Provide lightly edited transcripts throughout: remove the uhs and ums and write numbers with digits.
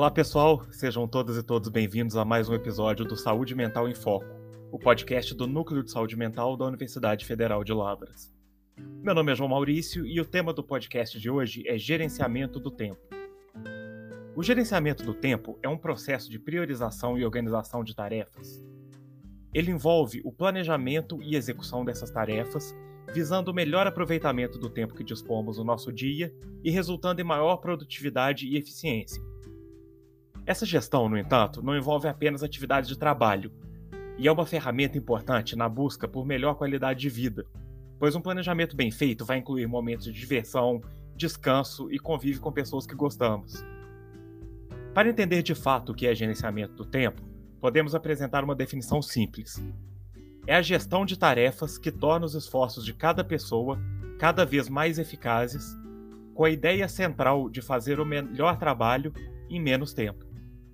Olá pessoal, sejam todas e todos bem-vindos a mais um episódio do Saúde Mental em Foco, o podcast do Núcleo de Saúde Mental da Universidade Federal de Lavras. Meu nome é João Maurício e o tema do podcast de hoje é gerenciamento do tempo. O gerenciamento do tempo é um processo de priorização e organização de tarefas. Ele envolve o planejamento e execução dessas tarefas, visando o melhor aproveitamento do tempo que dispomos no nosso dia e resultando em maior produtividade e eficiência. Essa gestão, no entanto, não envolve apenas atividades de trabalho, e é uma ferramenta importante na busca por melhor qualidade de vida, pois um planejamento bem feito vai incluir momentos de diversão, descanso e convívio com pessoas que gostamos. Para entender de fato o que é gerenciamento do tempo, podemos apresentar uma definição simples. É a gestão de tarefas que torna os esforços de cada pessoa cada vez mais eficazes, com a ideia central de fazer o melhor trabalho em menos tempo.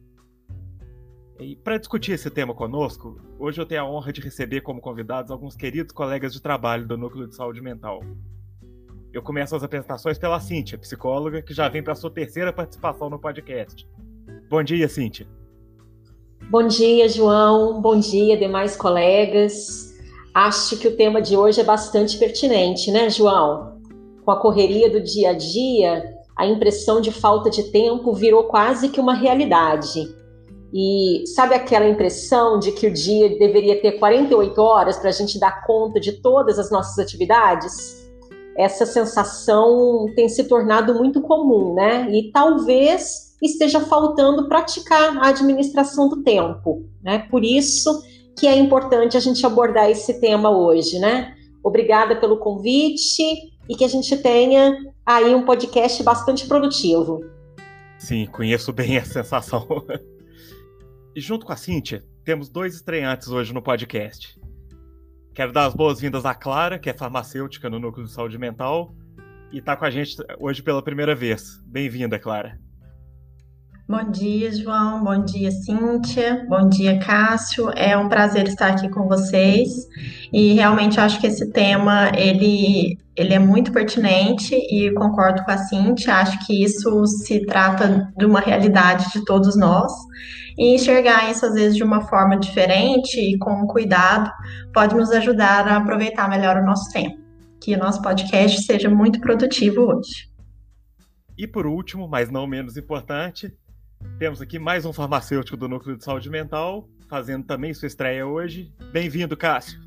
E para discutir esse tema conosco, hoje eu tenho a honra de receber como convidados alguns queridos colegas de trabalho do Núcleo de Saúde Mental. Eu começo as apresentações pela Cíntia, psicóloga, que já vem para a sua terceira participação no podcast. Bom dia, Cíntia. Bom dia, João. Bom dia, demais colegas. Acho que o tema de hoje é bastante pertinente, né, João? Com a correria do dia a dia, a impressão de falta de tempo virou quase que uma realidade. E sabe aquela impressão de que o dia deveria ter 48 horas para a gente dar conta de todas as nossas atividades? Essa sensação tem se tornado muito comum, né? E talvez esteja faltando praticar a administração do tempo, né? Por isso que é importante a gente abordar esse tema hoje, né? Obrigada pelo convite e que a gente tenha aí um podcast bastante produtivo. Sim, conheço bem a sensação. E junto com a Cíntia, temos dois estreantes hoje no podcast. Quero dar as boas-vindas à Clara, que é farmacêutica no Núcleo de Saúde Mental, e está com a gente hoje pela primeira vez. Bem-vinda, Clara. Bom dia, João. Bom dia, Cíntia. Bom dia, Cássio. É um prazer estar aqui com vocês. E realmente acho que esse tema, ele é muito pertinente e concordo com a Cíntia. Acho que isso se trata de uma realidade de todos nós. E enxergar isso, às vezes, de uma forma diferente e com cuidado, pode nos ajudar a aproveitar melhor o nosso tempo. Que o nosso podcast seja muito produtivo hoje. E por último, mas não menos importante, temos aqui mais um farmacêutico do Núcleo de Saúde Mental, fazendo também sua estreia hoje. Bem-vindo, Cássio.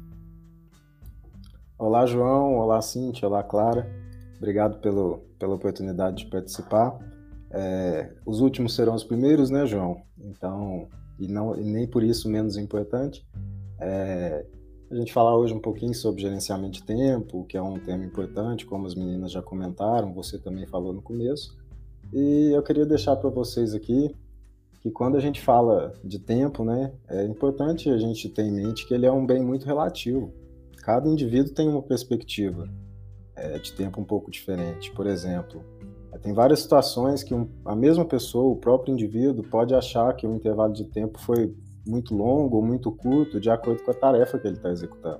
Olá, João. Olá, Cíntia. Olá, Clara. Obrigado pela oportunidade de participar. Os últimos serão os primeiros, né, João? Então, e nem por isso menos importante. A gente falar hoje um pouquinho sobre gerenciamento de tempo, que é um tema importante, como as meninas já comentaram, você também falou no começo. E eu queria deixar para vocês aqui que quando a gente fala de tempo, né, é importante a gente ter em mente que ele é um bem muito relativo. Cada indivíduo tem uma perspectiva de tempo um pouco diferente. Por exemplo, tem várias situações que a mesma pessoa, o próprio indivíduo, pode achar que o intervalo de tempo foi muito longo ou muito curto, de acordo com a tarefa que ele está executando.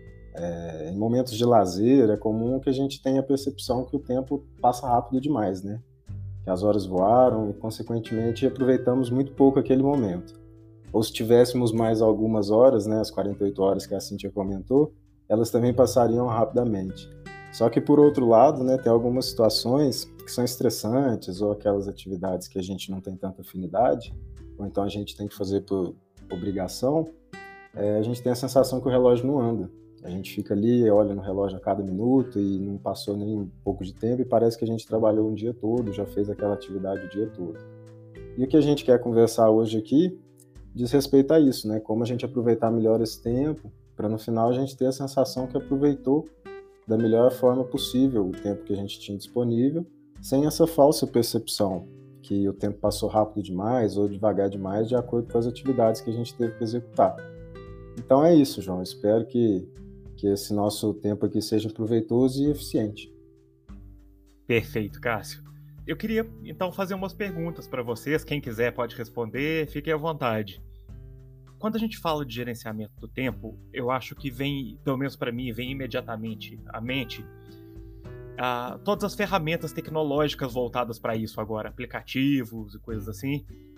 Em momentos de lazer, é comum que a gente tenha a percepção que o tempo passa rápido demais, né? Que as horas voaram e, consequentemente, aproveitamos muito pouco aquele momento. Ou se tivéssemos mais algumas horas, né, as 48 horas que a Cíntia comentou, elas também passariam rapidamente. Só que, por outro lado, né, tem algumas situações que são estressantes ou aquelas atividades que a gente não tem tanta afinidade, ou então a gente tem que fazer por obrigação, a gente tem a sensação que o relógio não anda. A gente fica ali, olha no relógio a cada minuto e não passou nem um pouco de tempo e parece que a gente trabalhou um dia todo, já fez aquela atividade o dia todo. E o que a gente quer conversar hoje aqui diz respeito a isso, né? Como a gente aproveitar melhor esse tempo, para no final a gente ter a sensação que aproveitou da melhor forma possível o tempo que a gente tinha disponível, sem essa falsa percepção que o tempo passou rápido demais ou devagar demais de acordo com as atividades que a gente teve que executar. Então é isso, João. Espero que esse nosso tempo aqui seja proveitoso e eficiente. Perfeito, Cássio. Eu queria, então, fazer umas perguntas para vocês. Quem quiser pode responder, fiquem à vontade. Quando a gente fala de gerenciamento do tempo, eu acho que vem, pelo menos para mim, vem imediatamente à mente todas as ferramentas tecnológicas voltadas para isso agora, aplicativos e coisas assim,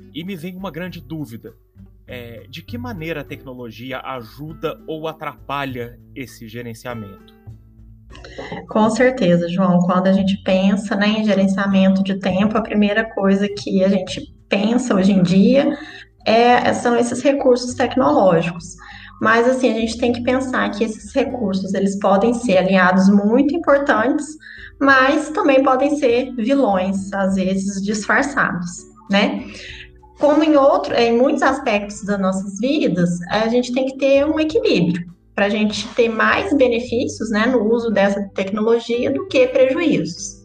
E me vem uma grande dúvida. De que maneira a tecnologia ajuda ou atrapalha esse gerenciamento? Com certeza, João. Quando a gente pensa, né, em gerenciamento de tempo, a primeira coisa que a gente pensa hoje em dia são esses recursos tecnológicos. Mas, assim, a gente tem que pensar que esses recursos, eles podem ser aliados muito importantes, mas também podem ser vilões, às vezes disfarçados, né? Como em muitos aspectos das nossas vidas, a gente tem que ter um equilíbrio para a gente ter mais benefícios, né, no uso dessa tecnologia do que prejuízos.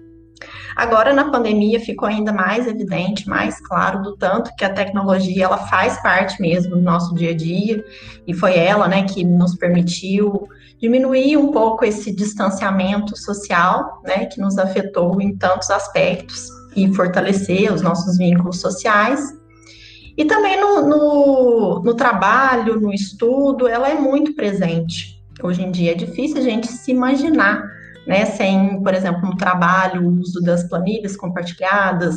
Agora, na pandemia, ficou ainda mais evidente, mais claro do tanto que a tecnologia ela faz parte mesmo do nosso dia a dia, e foi ela, né, que nos permitiu diminuir um pouco esse distanciamento social, né, que nos afetou em tantos aspectos, e fortalecer os nossos vínculos sociais. E também no trabalho, no estudo, ela é muito presente. Hoje em dia é difícil a gente se imaginar, né, sem, por exemplo, no trabalho, o uso das planilhas compartilhadas,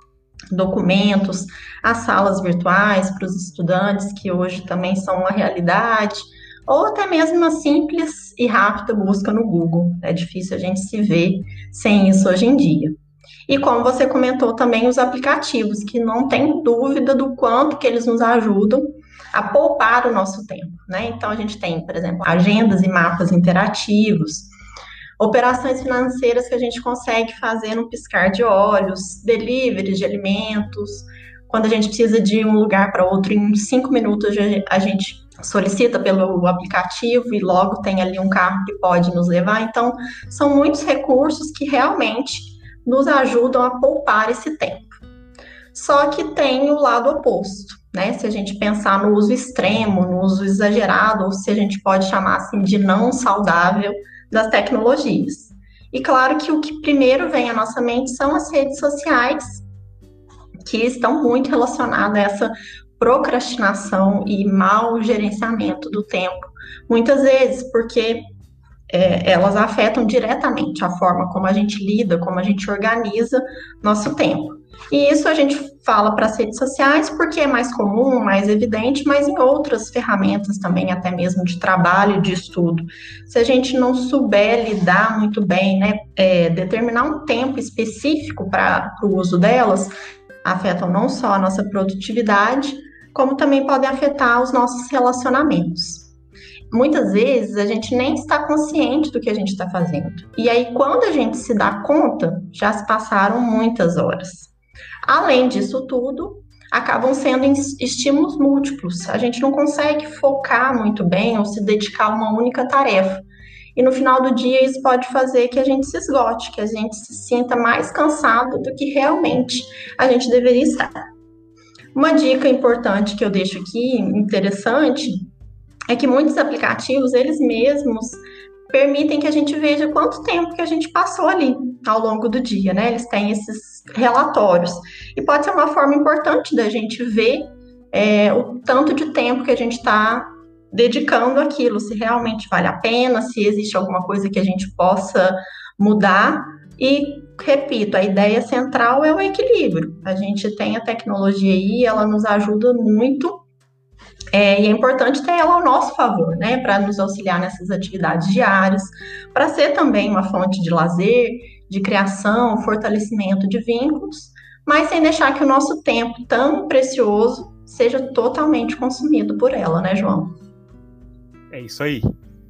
documentos, as salas virtuais para os estudantes, que hoje também são uma realidade, ou até mesmo uma simples e rápida busca no Google. É difícil a gente se ver sem isso hoje em dia. E como você comentou também, os aplicativos, que não tem dúvida do quanto que eles nos ajudam a poupar o nosso tempo, né? Então, a gente tem, por exemplo, agendas e mapas interativos, operações financeiras que a gente consegue fazer no piscar de olhos, deliveries de alimentos. Quando a gente precisa de um lugar para outro, em 5 minutos a gente solicita pelo aplicativo e logo tem ali um carro que pode nos levar. Então, são muitos recursos que realmente nos ajudam a poupar esse tempo. Só que tem o lado oposto, né? Se a gente pensar no uso extremo, no uso exagerado, ou se a gente pode chamar assim de não saudável das tecnologias. E claro que o que primeiro vem à nossa mente são as redes sociais, que estão muito relacionadas a essa procrastinação e mau gerenciamento do tempo. Muitas vezes, porque elas afetam diretamente a forma como a gente lida, como a gente organiza nosso tempo. E isso a gente fala para as redes sociais porque é mais comum, mais evidente, mas em outras ferramentas também, até mesmo de trabalho, de estudo. Se a gente não souber lidar muito bem, né, determinar um tempo específico para o uso delas, afetam não só a nossa produtividade, como também podem afetar os nossos relacionamentos. Muitas vezes a gente nem está consciente do que a gente está fazendo. E aí, quando a gente se dá conta, já se passaram muitas horas. Além disso tudo, acabam sendo estímulos múltiplos. A gente não consegue focar muito bem ou se dedicar a uma única tarefa. E no final do dia, isso pode fazer que a gente se esgote, que a gente se sinta mais cansado do que realmente a gente deveria estar. Uma dica importante que eu deixo aqui, interessante, é que muitos aplicativos, eles mesmos permitem que a gente veja quanto tempo que a gente passou ali ao longo do dia, né? Eles têm esses relatórios. E pode ser uma forma importante da gente ver o tanto de tempo que a gente está dedicando àquilo, se realmente vale a pena, se existe alguma coisa que a gente possa mudar. E, repito, a ideia central é o equilíbrio. A gente tem a tecnologia aí, ela nos ajuda muito, e é importante ter ela ao nosso favor, né, para nos auxiliar nessas atividades diárias, para ser também uma fonte de lazer, de criação, fortalecimento de vínculos, mas sem deixar que o nosso tempo tão precioso seja totalmente consumido por ela, né, João? É isso aí.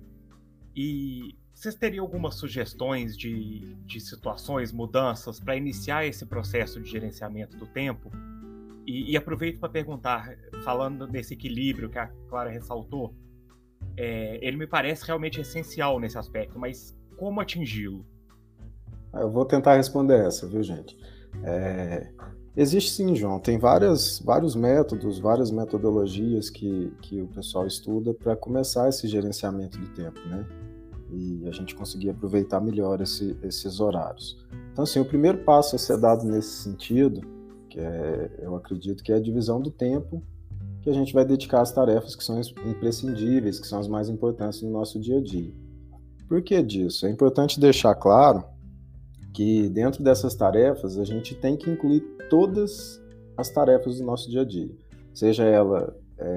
E vocês teriam algumas sugestões de situações, mudanças para iniciar esse processo de gerenciamento do tempo? E aproveito para perguntar, falando desse equilíbrio que a Clara ressaltou, ele me parece realmente essencial nesse aspecto, mas como atingi-lo? Eu vou tentar responder essa, viu, gente? Existe sim, João, tem vários métodos, várias metodologias que o pessoal estuda para começar esse gerenciamento de tempo, né? E a gente conseguir aproveitar melhor esses horários. Então, assim, o primeiro passo a ser dado nesse sentido, eu acredito que é a divisão do tempo que a gente vai dedicar às tarefas que são imprescindíveis, que são as mais importantes no nosso dia a dia. Por que disso? É importante deixar claro que dentro dessas tarefas a gente tem que incluir todas as tarefas do nosso dia a dia, seja ela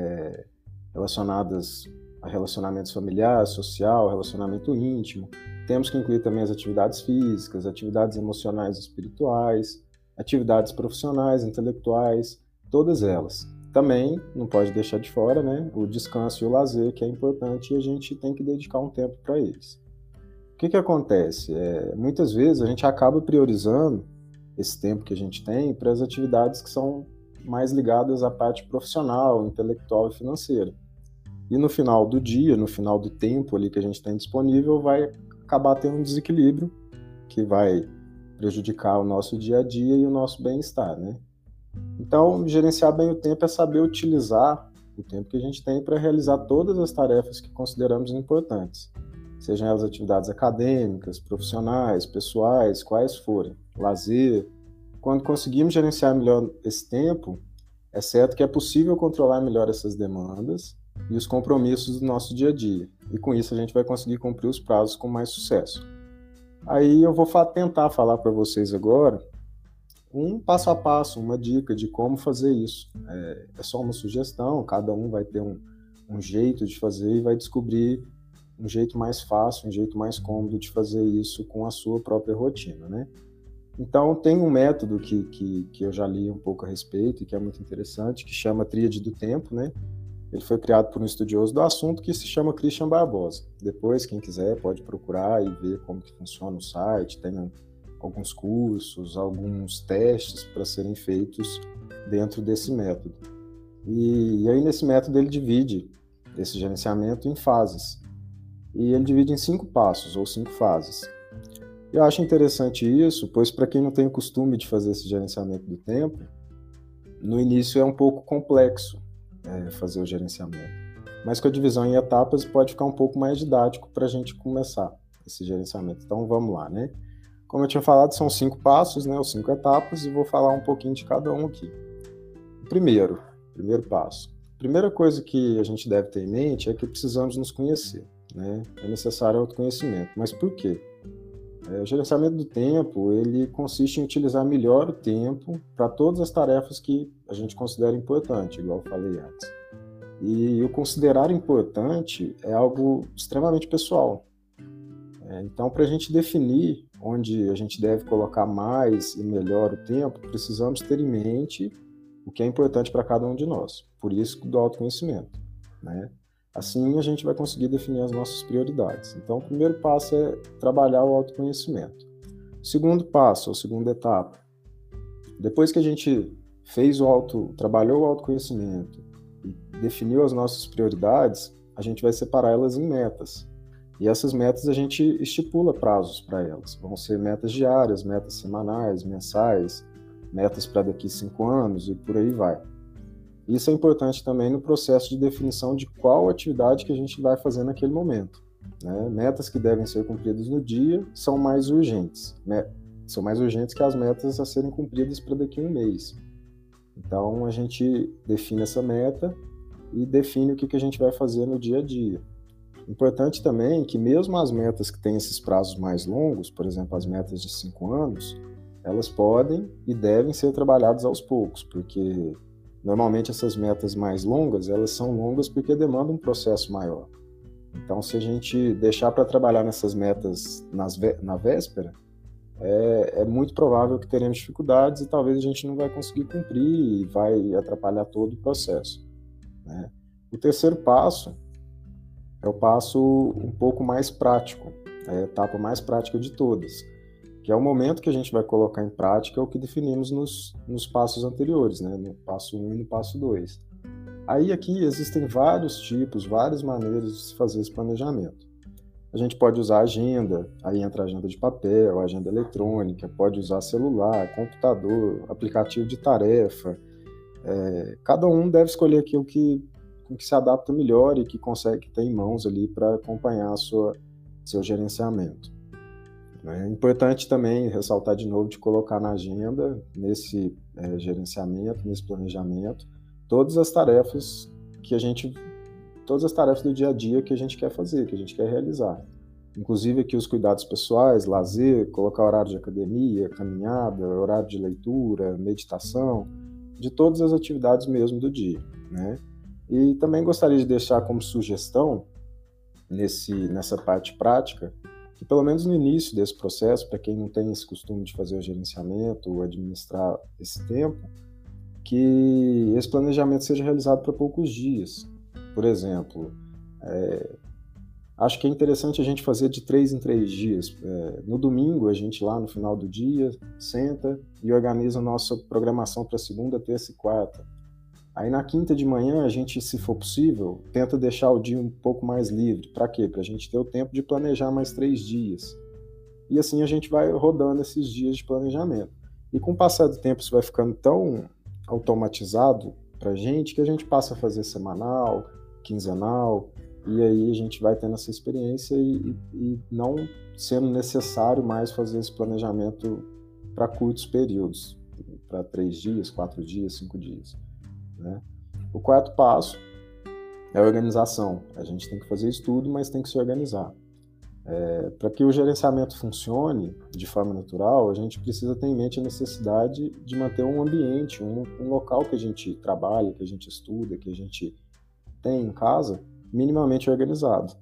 relacionadas a relacionamentos familiares, social, relacionamento íntimo. Temos que incluir também as atividades físicas, atividades emocionais e espirituais, atividades profissionais, intelectuais, todas elas. Também não pode deixar de fora, né, o descanso e o lazer, que é importante, e a gente tem que dedicar um tempo para eles. O que acontece? Muitas vezes a gente acaba priorizando esse tempo que a gente tem para as atividades que são mais ligadas à parte profissional, intelectual e financeira. E no final do dia, no final do tempo ali que a gente tem disponível, vai acabar tendo um desequilíbrio que vai prejudicar o nosso dia a dia e o nosso bem-estar, né? Então, gerenciar bem o tempo é saber utilizar o tempo que a gente tem para realizar todas as tarefas que consideramos importantes, sejam elas atividades acadêmicas, profissionais, pessoais, quais forem, lazer. Quando conseguimos gerenciar melhor esse tempo, é certo que é possível controlar melhor essas demandas e os compromissos do nosso dia a dia. E com isso a gente vai conseguir cumprir os prazos com mais sucesso. Aí eu vou tentar falar para vocês agora um passo a passo, uma dica de como fazer isso. É só uma sugestão, cada um vai ter um jeito de fazer e vai descobrir um jeito mais fácil, um jeito mais cômodo de fazer isso com a sua própria rotina, né? Então, tem um método que eu já li um pouco a respeito e que é muito interessante, que chama Tríade do Tempo, né? Ele foi criado por um estudioso do assunto que se chama Christian Barbosa. Depois, quem quiser, pode procurar e ver como que funciona o site. Tem alguns cursos, alguns testes para serem feitos dentro desse método. E aí, nesse método, ele divide esse gerenciamento em fases. E ele divide em 5 passos, ou 5 fases. Eu acho interessante isso, pois para quem não tem o costume de fazer esse gerenciamento do tempo, no início é um pouco complexo fazer o gerenciamento. Mas com a divisão em etapas pode ficar um pouco mais didático para a gente começar esse gerenciamento. Então vamos lá, né? Como eu tinha falado, são 5 passos, né? Ou 5 etapas, e vou falar um pouquinho de cada um aqui. Primeiro passo. A primeira coisa que a gente deve ter em mente é que precisamos nos conhecer, né? É necessário autoconhecimento. Mas por quê? O gerenciamento do tempo, ele consiste em utilizar melhor o tempo para todas as tarefas que a gente considera importante, igual eu falei antes. E o considerar importante é algo extremamente pessoal. Então, para a gente definir onde a gente deve colocar mais e melhor o tempo, precisamos ter em mente o que é importante para cada um de nós. Por isso, do autoconhecimento, né? Assim, a gente vai conseguir definir as nossas prioridades. Então, o primeiro passo é trabalhar o autoconhecimento. O segundo passo, ou segunda etapa, depois que a gente trabalhou o autoconhecimento e definiu as nossas prioridades, a gente vai separar elas em metas. E essas metas a gente estipula prazos para elas. Vão ser metas diárias, metas semanais, mensais, metas para daqui 5 anos e por aí vai. Isso é importante também no processo de definição de qual atividade que a gente vai fazer naquele momento, né? Metas que devem ser cumpridas no dia são mais urgentes, né? São mais urgentes que as metas a serem cumpridas para daqui a 1 mês. Então, a gente define essa meta e define o que a gente vai fazer no dia a dia. Importante também que mesmo as metas que têm esses prazos mais longos, por exemplo, as metas de 5 anos, elas podem e devem ser trabalhadas aos poucos, porque normalmente essas metas mais longas, elas são longas porque demandam um processo maior. Então, se a gente deixar para trabalhar nessas metas na véspera, é muito provável que teremos dificuldades e talvez a gente não vai conseguir cumprir e vai atrapalhar todo o processo, né? O terceiro passo é o passo um pouco mais prático, é a etapa mais prática de todas, que é o momento que a gente vai colocar em prática o que definimos nos passos anteriores, né? No passo 1 e no passo 2. Aí aqui existem vários tipos, várias maneiras de se fazer esse planejamento. A gente pode usar agenda, aí entra a agenda de papel, agenda eletrônica, pode usar celular, computador, aplicativo de tarefa. Cada um deve escolher aquilo que se adapta melhor e que consegue ter em mãos ali para acompanhar seu gerenciamento. É importante também ressaltar de novo de colocar na agenda, nesse gerenciamento, nesse planejamento, todas as tarefas do dia a dia que a gente quer fazer, que a gente quer realizar. Inclusive aqui os cuidados pessoais, lazer, colocar horário de academia, caminhada, horário de leitura, meditação, de todas as atividades mesmo do dia, né? E também gostaria de deixar como sugestão, nessa parte prática, que pelo menos no início desse processo, para quem não tem esse costume de fazer o gerenciamento ou administrar esse tempo, que esse planejamento seja realizado para poucos dias. Por exemplo, acho que é interessante a gente fazer de 3 em 3 dias. No domingo, a gente lá no final do dia senta e organiza a nossa programação para segunda, terça e quarta. Aí na quinta de manhã, a gente, se for possível, tenta deixar o dia um pouco mais livre. Para quê? Para a gente ter o tempo de planejar mais 3 dias. E assim a gente vai rodando esses dias de planejamento. E com o passar do tempo, isso vai ficando tão automatizado para a gente que a gente passa a fazer semanal, quinzenal, e aí a gente vai tendo essa experiência e não sendo necessário mais fazer esse planejamento para curtos períodos, para 3 dias, 4 dias, 5 dias. Né? O quarto passo é a organização. A gente tem que fazer isso tudo, mas tem que se organizar. Para que o gerenciamento funcione de forma natural, a gente precisa ter em mente a necessidade de manter um ambiente, um local que a gente trabalha, que a gente estuda, que a gente tem em casa, minimamente organizado.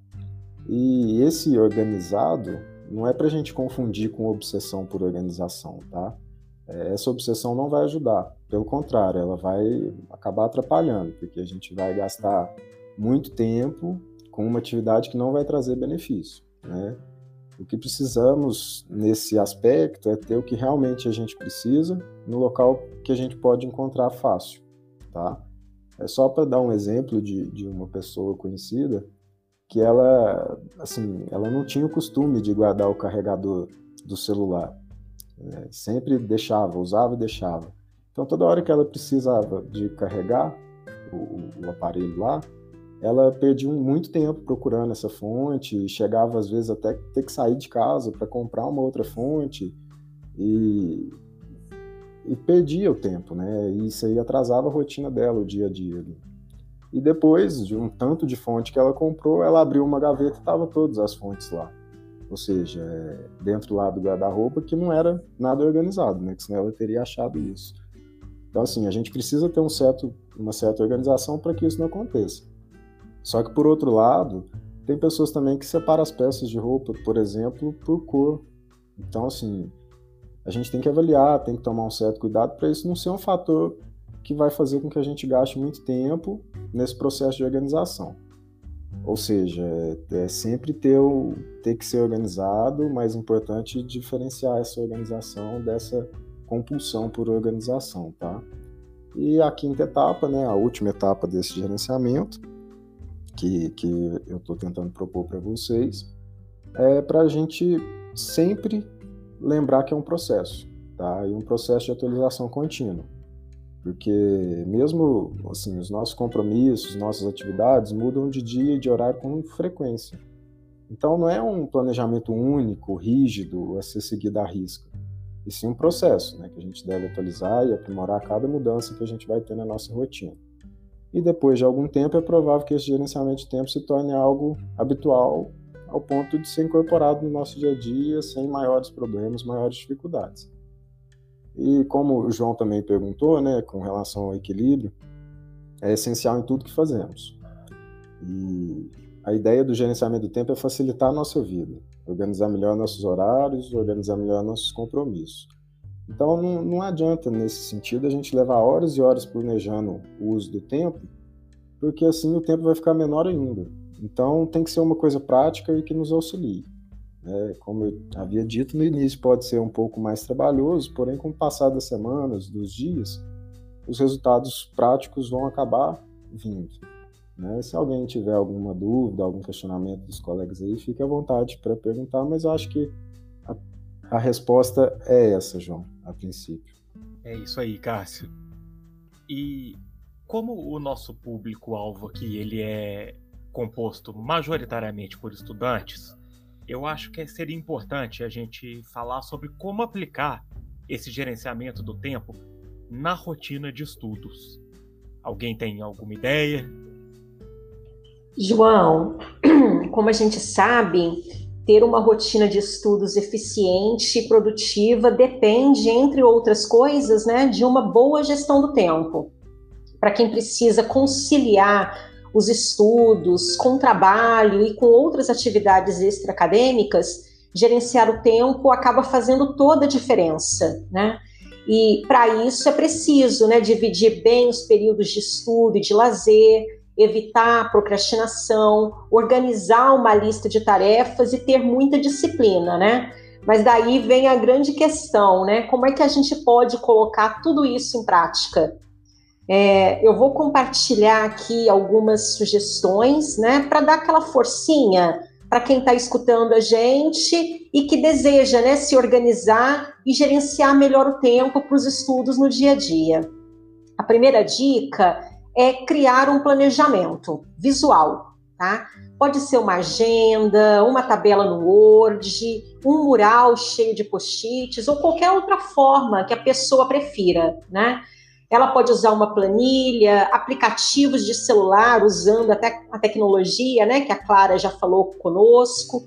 E esse organizado não é para a gente confundir com obsessão por organização, tá? Essa obsessão não vai ajudar, pelo contrário, ela vai acabar atrapalhando, porque a gente vai gastar muito tempo com uma atividade que não vai trazer benefício, né? O que precisamos nesse aspecto é ter o que realmente a gente precisa no local que a gente pode encontrar fácil, tá? É só para dar um exemplo de uma pessoa conhecida que ela não tinha o costume de guardar o carregador do celular. Sempre usava e deixava. Então, toda hora que ela precisava de carregar o aparelho lá, ela perdia muito tempo procurando essa fonte, chegava às vezes até ter que sair de casa para comprar uma outra fonte e perdia o tempo, né? E isso aí atrasava a rotina dela, o dia a dia. E depois de um tanto de fonte que ela comprou, ela abriu uma gaveta e estavam todas as fontes lá. Ou seja, dentro lá do guarda-roupa, que não era nada organizado, né? Que senão ela teria achado isso. Então, assim, a gente precisa ter uma certa organização para que isso não aconteça. Só que, por outro lado, tem pessoas também que separam as peças de roupa, por exemplo, por cor. Então, assim, a gente tem que avaliar, tem que tomar um certo cuidado para isso não ser um fator que vai fazer com que a gente gaste muito tempo nesse processo de organização. Ou seja, sempre ter que ser organizado, mas é importante diferenciar essa organização dessa compulsão por organização, tá? E a quinta etapa, né, a última etapa desse gerenciamento, que eu estou tentando propor para vocês, é para a gente sempre lembrar que é um processo, tá? E um processo de atualização contínua. Porque mesmo assim, os nossos compromissos, nossas atividades mudam de dia e de horário com frequência. Então não é um planejamento único, rígido, a ser seguido à risca. E sim um processo, né, que a gente deve atualizar e aprimorar cada mudança que a gente vai ter na nossa rotina. E depois de algum tempo é provável que esse gerenciamento de tempo se torne algo habitual ao ponto de ser incorporado no nosso dia a dia sem maiores problemas, maiores dificuldades. E como o João também perguntou, né, com relação ao equilíbrio, é essencial em tudo que fazemos. E a ideia do gerenciamento do tempo é facilitar a nossa vida, organizar melhor nossos horários, organizar melhor nossos compromissos. Então não adianta, nesse sentido, a gente levar horas e horas planejando o uso do tempo, porque assim o tempo vai ficar menor ainda. Então tem que ser uma coisa prática e que nos auxilie. Como eu havia dito no início, pode ser um pouco mais trabalhoso, porém com o passar das semanas, dos dias, os resultados práticos vão acabar vindo. Se alguém tiver alguma dúvida, algum questionamento dos colegas aí, fique à vontade para perguntar, mas eu acho que a resposta é essa, João, a princípio. É isso aí, Cássio. E como o nosso público-alvo aqui ele é composto majoritariamente por estudantes, eu acho que seria importante a gente falar sobre como aplicar esse gerenciamento do tempo na rotina de estudos. Alguém tem alguma ideia? João, como a gente sabe, ter uma rotina de estudos eficiente e produtiva depende, entre outras coisas, né, de uma boa gestão do tempo. Para quem precisa conciliar os estudos com trabalho e com outras atividades extraacadêmicas, gerenciar o tempo acaba fazendo toda a diferença, né? E para isso é preciso, né, dividir bem os períodos de estudo e de lazer, evitar a procrastinação, organizar uma lista de tarefas e ter muita disciplina, né? Mas daí vem a grande questão, né? Como é que a gente pode colocar tudo isso em prática? Eu vou compartilhar aqui algumas sugestões, né, para dar aquela forcinha para quem está escutando a gente e que deseja, né, se organizar e gerenciar melhor o tempo para os estudos no dia a dia. A primeira dica é criar um planejamento visual, tá? Pode ser uma agenda, uma tabela no Word, um mural cheio de post-its ou qualquer outra forma que a pessoa prefira, né? Ela pode usar uma planilha, aplicativos de celular, usando até a tecnologia, né, que a Clara já falou conosco.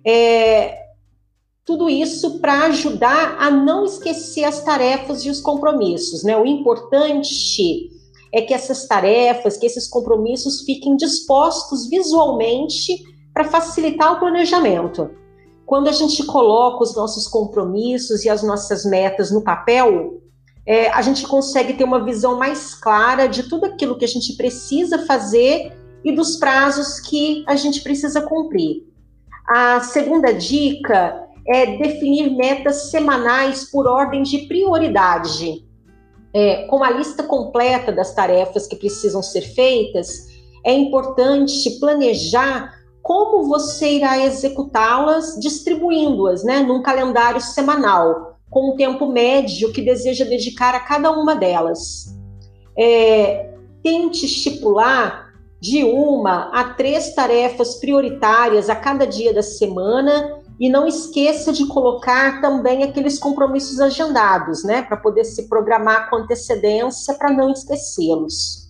Tudo isso para ajudar a não esquecer as tarefas e os compromissos, né? O importante é que essas tarefas, que esses compromissos fiquem dispostos visualmente para facilitar o planejamento. Quando a gente coloca os nossos compromissos e as nossas metas no papel, a gente consegue ter uma visão mais clara de tudo aquilo que a gente precisa fazer e dos prazos que a gente precisa cumprir. A segunda dica é definir metas semanais por ordem de prioridade. Com a lista completa das tarefas que precisam ser feitas, é importante planejar como você irá executá-las, distribuindo-as, né, num calendário semanal, com o tempo médio que deseja dedicar a cada uma delas. Tente estipular de 1 a 3 tarefas prioritárias a cada dia da semana e não esqueça de colocar também aqueles compromissos agendados, né, para poder se programar com antecedência para não esquecê-los.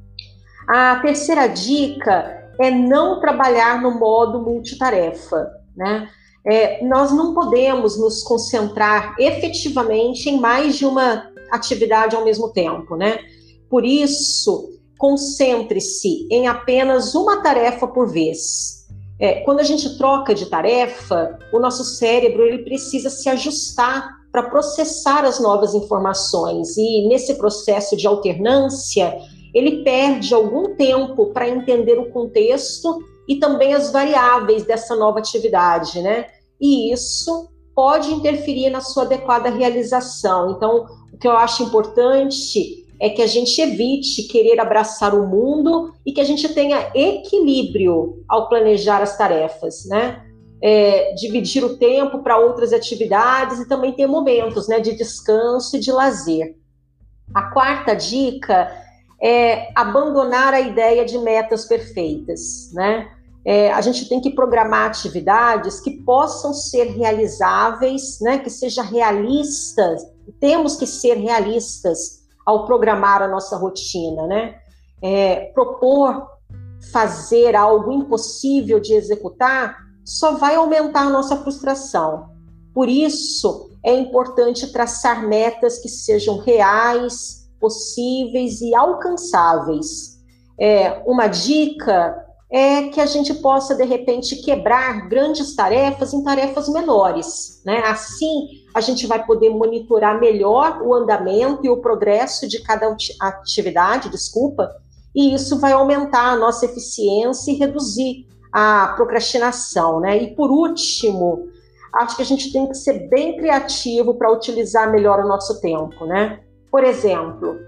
A terceira dica é não trabalhar no modo multitarefa, né? Nós não podemos nos concentrar efetivamente em mais de uma atividade ao mesmo tempo, né? Por isso, concentre-se em apenas uma tarefa por vez. Quando a gente troca de tarefa, o nosso cérebro ele precisa se ajustar para processar as novas informações e nesse processo de alternância, ele perde algum tempo para entender o contexto e também as variáveis dessa nova atividade, né? E isso pode interferir na sua adequada realização. Então, o que eu acho importante é que a gente evite querer abraçar o mundo e que a gente tenha equilíbrio ao planejar as tarefas, né? Dividir o tempo para outras atividades e também ter momentos, né, de descanso e de lazer. A quarta dica é abandonar a ideia de metas perfeitas, né? A gente tem que programar atividades que possam ser realizáveis, né? Que sejam realistas. Temos que ser realistas ao programar a nossa rotina, né? Propor fazer algo impossível de executar só vai aumentar a nossa frustração. Por isso, é importante traçar metas que sejam reais, possíveis e alcançáveis. Uma dica é que a gente possa, de repente, quebrar grandes tarefas em tarefas menores, né? Assim, a gente vai poder monitorar melhor o andamento e o progresso de cada atividade, e isso vai aumentar a nossa eficiência e reduzir a procrastinação, né? E, por último, acho que a gente tem que ser bem criativo para utilizar melhor o nosso tempo, né? Por exemplo,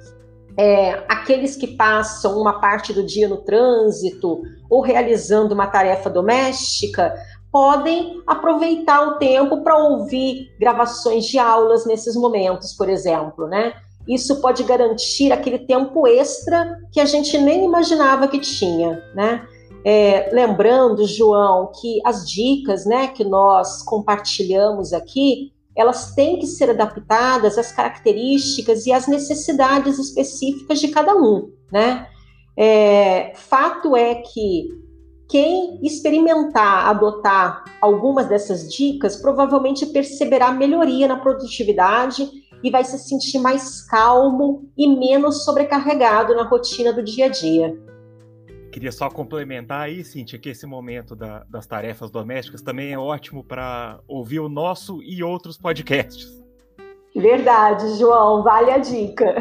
aqueles que passam uma parte do dia no trânsito ou realizando uma tarefa doméstica podem aproveitar o tempo para ouvir gravações de aulas nesses momentos, por exemplo, né? Isso pode garantir aquele tempo extra que a gente nem imaginava que tinha, né? Lembrando, João, que as dicas, né, que nós compartilhamos aqui, elas têm que ser adaptadas às características e às necessidades específicas de cada um, né? Fato é que quem experimentar, adotar algumas dessas dicas, provavelmente perceberá melhoria na produtividade e vai se sentir mais calmo e menos sobrecarregado na rotina do dia a dia. Queria só complementar aí, Cíntia, que esse momento das tarefas domésticas também é ótimo para ouvir o nosso e outros podcasts. Verdade, João, vale a dica.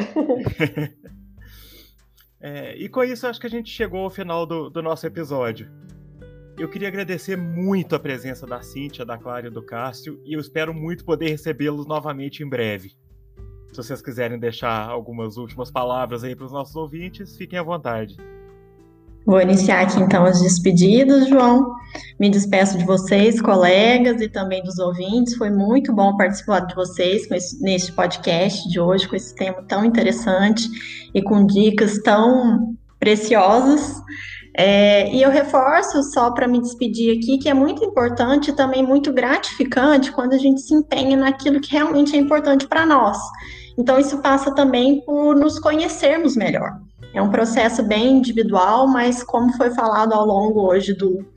E com isso, acho que a gente chegou ao final do nosso episódio. Eu queria agradecer muito a presença da Cíntia, da Clara e do Cássio, e eu espero muito poder recebê-los novamente em breve. Se vocês quiserem deixar algumas últimas palavras aí para os nossos ouvintes, fiquem à vontade. Vou iniciar aqui então as despedidas, João. Me despeço de vocês, colegas, e também dos ouvintes. Foi muito bom participar de vocês neste podcast de hoje, com esse tema tão interessante e com dicas tão preciosas. E eu reforço, só para me despedir aqui, que é muito importante e também muito gratificante quando a gente se empenha naquilo que realmente é importante para nós. Então, isso passa também por nos conhecermos melhor. É um processo bem individual, mas como foi falado ao longo hoje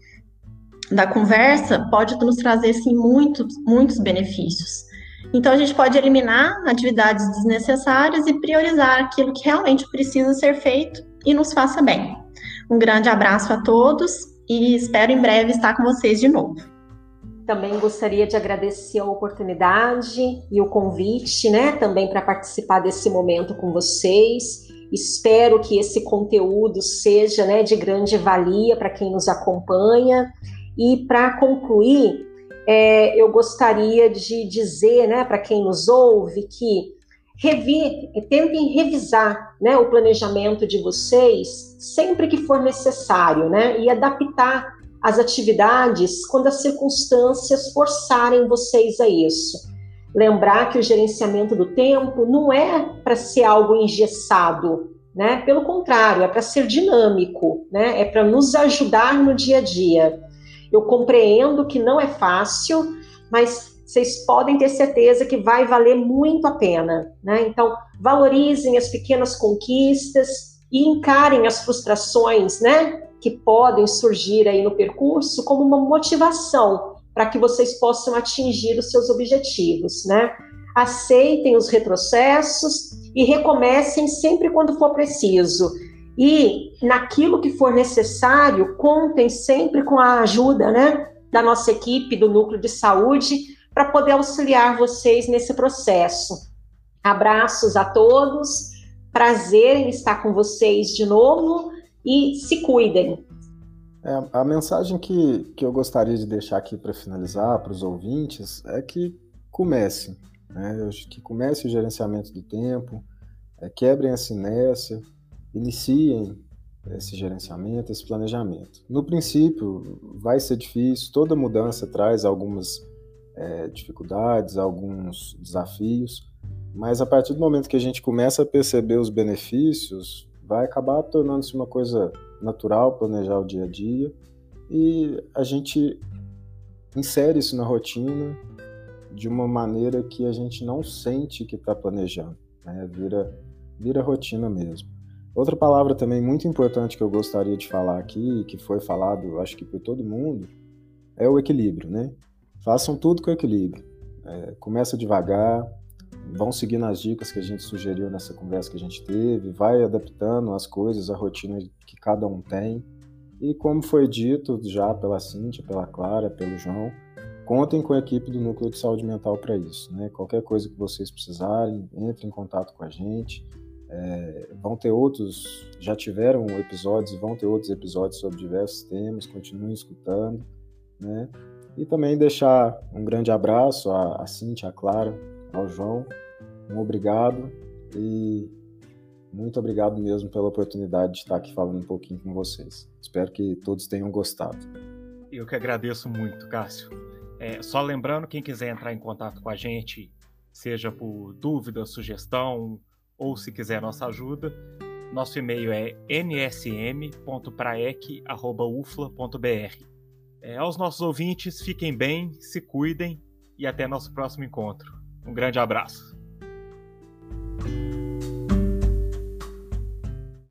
da conversa, pode nos trazer, sim, muitos benefícios. Então, a gente pode eliminar atividades desnecessárias e priorizar aquilo que realmente precisa ser feito e nos faça bem. Um grande abraço a todos e espero em breve estar com vocês de novo. Também gostaria de agradecer a oportunidade e o convite, né, também para participar desse momento com vocês. Espero que esse conteúdo seja, né, de grande valia para quem nos acompanha. E para concluir, eu gostaria de dizer, né, para quem nos ouve que tentem revisar, né, o planejamento de vocês sempre que for necessário, né, e adaptar as atividades quando as circunstâncias forçarem vocês a isso. Lembrar que o gerenciamento do tempo não é para ser algo engessado, né? Pelo contrário, é para ser dinâmico, né? É para nos ajudar no dia a dia. Eu compreendo que não é fácil, mas vocês podem ter certeza que vai valer muito a pena, né? Então, valorizem as pequenas conquistas e encarem as frustrações, né, que podem surgir aí no percurso como uma motivação para que vocês possam atingir os seus objetivos, né? Aceitem os retrocessos e recomecem sempre quando for preciso. E naquilo que for necessário, contem sempre com a ajuda, né, da nossa equipe do Núcleo de Saúde para poder auxiliar vocês nesse processo. Abraços a todos, prazer em estar com vocês de novo e se cuidem. A mensagem que eu gostaria de deixar aqui para finalizar para os ouvintes é que comecem, né? Que comece o gerenciamento do tempo, quebrem essa inércia, iniciem esse gerenciamento, esse planejamento. No princípio, vai ser difícil, toda mudança traz algumas dificuldades, alguns desafios, mas a partir do momento que a gente começa a perceber os benefícios, vai acabar tornando-se uma coisa natural, planejar o dia a dia, e a gente insere isso na rotina de uma maneira que a gente não sente que está planejando, né? Vira rotina mesmo. Outra palavra também muito importante que eu gostaria de falar aqui, que foi falado, acho que por todo mundo, é o equilíbrio, né? Façam tudo com equilíbrio. Começa devagar, vão seguindo as dicas que a gente sugeriu nessa conversa que a gente teve, vai adaptando as coisas, a rotina que cada um tem. E como foi dito já pela Cíntia, pela Clara, pelo João, contem com a equipe do Núcleo de Saúde Mental para isso, né? Qualquer coisa que vocês precisarem, entrem em contato com a gente. Vão ter outros, já tiveram episódios e vão ter outros episódios sobre diversos temas, continuem escutando, né? E também deixar um grande abraço à Cíntia, à Clara, ao João, um obrigado e muito obrigado mesmo pela oportunidade de estar aqui falando um pouquinho com vocês. Espero que todos tenham gostado. Eu que agradeço muito, Cássio. Só lembrando, quem quiser entrar em contato com a gente, seja por dúvida, sugestão ou se quiser nossa ajuda, nosso e-mail é nsm.praec@ufla.br. Aos nossos ouvintes, fiquem bem, se cuidem e até nosso próximo encontro. Um grande abraço.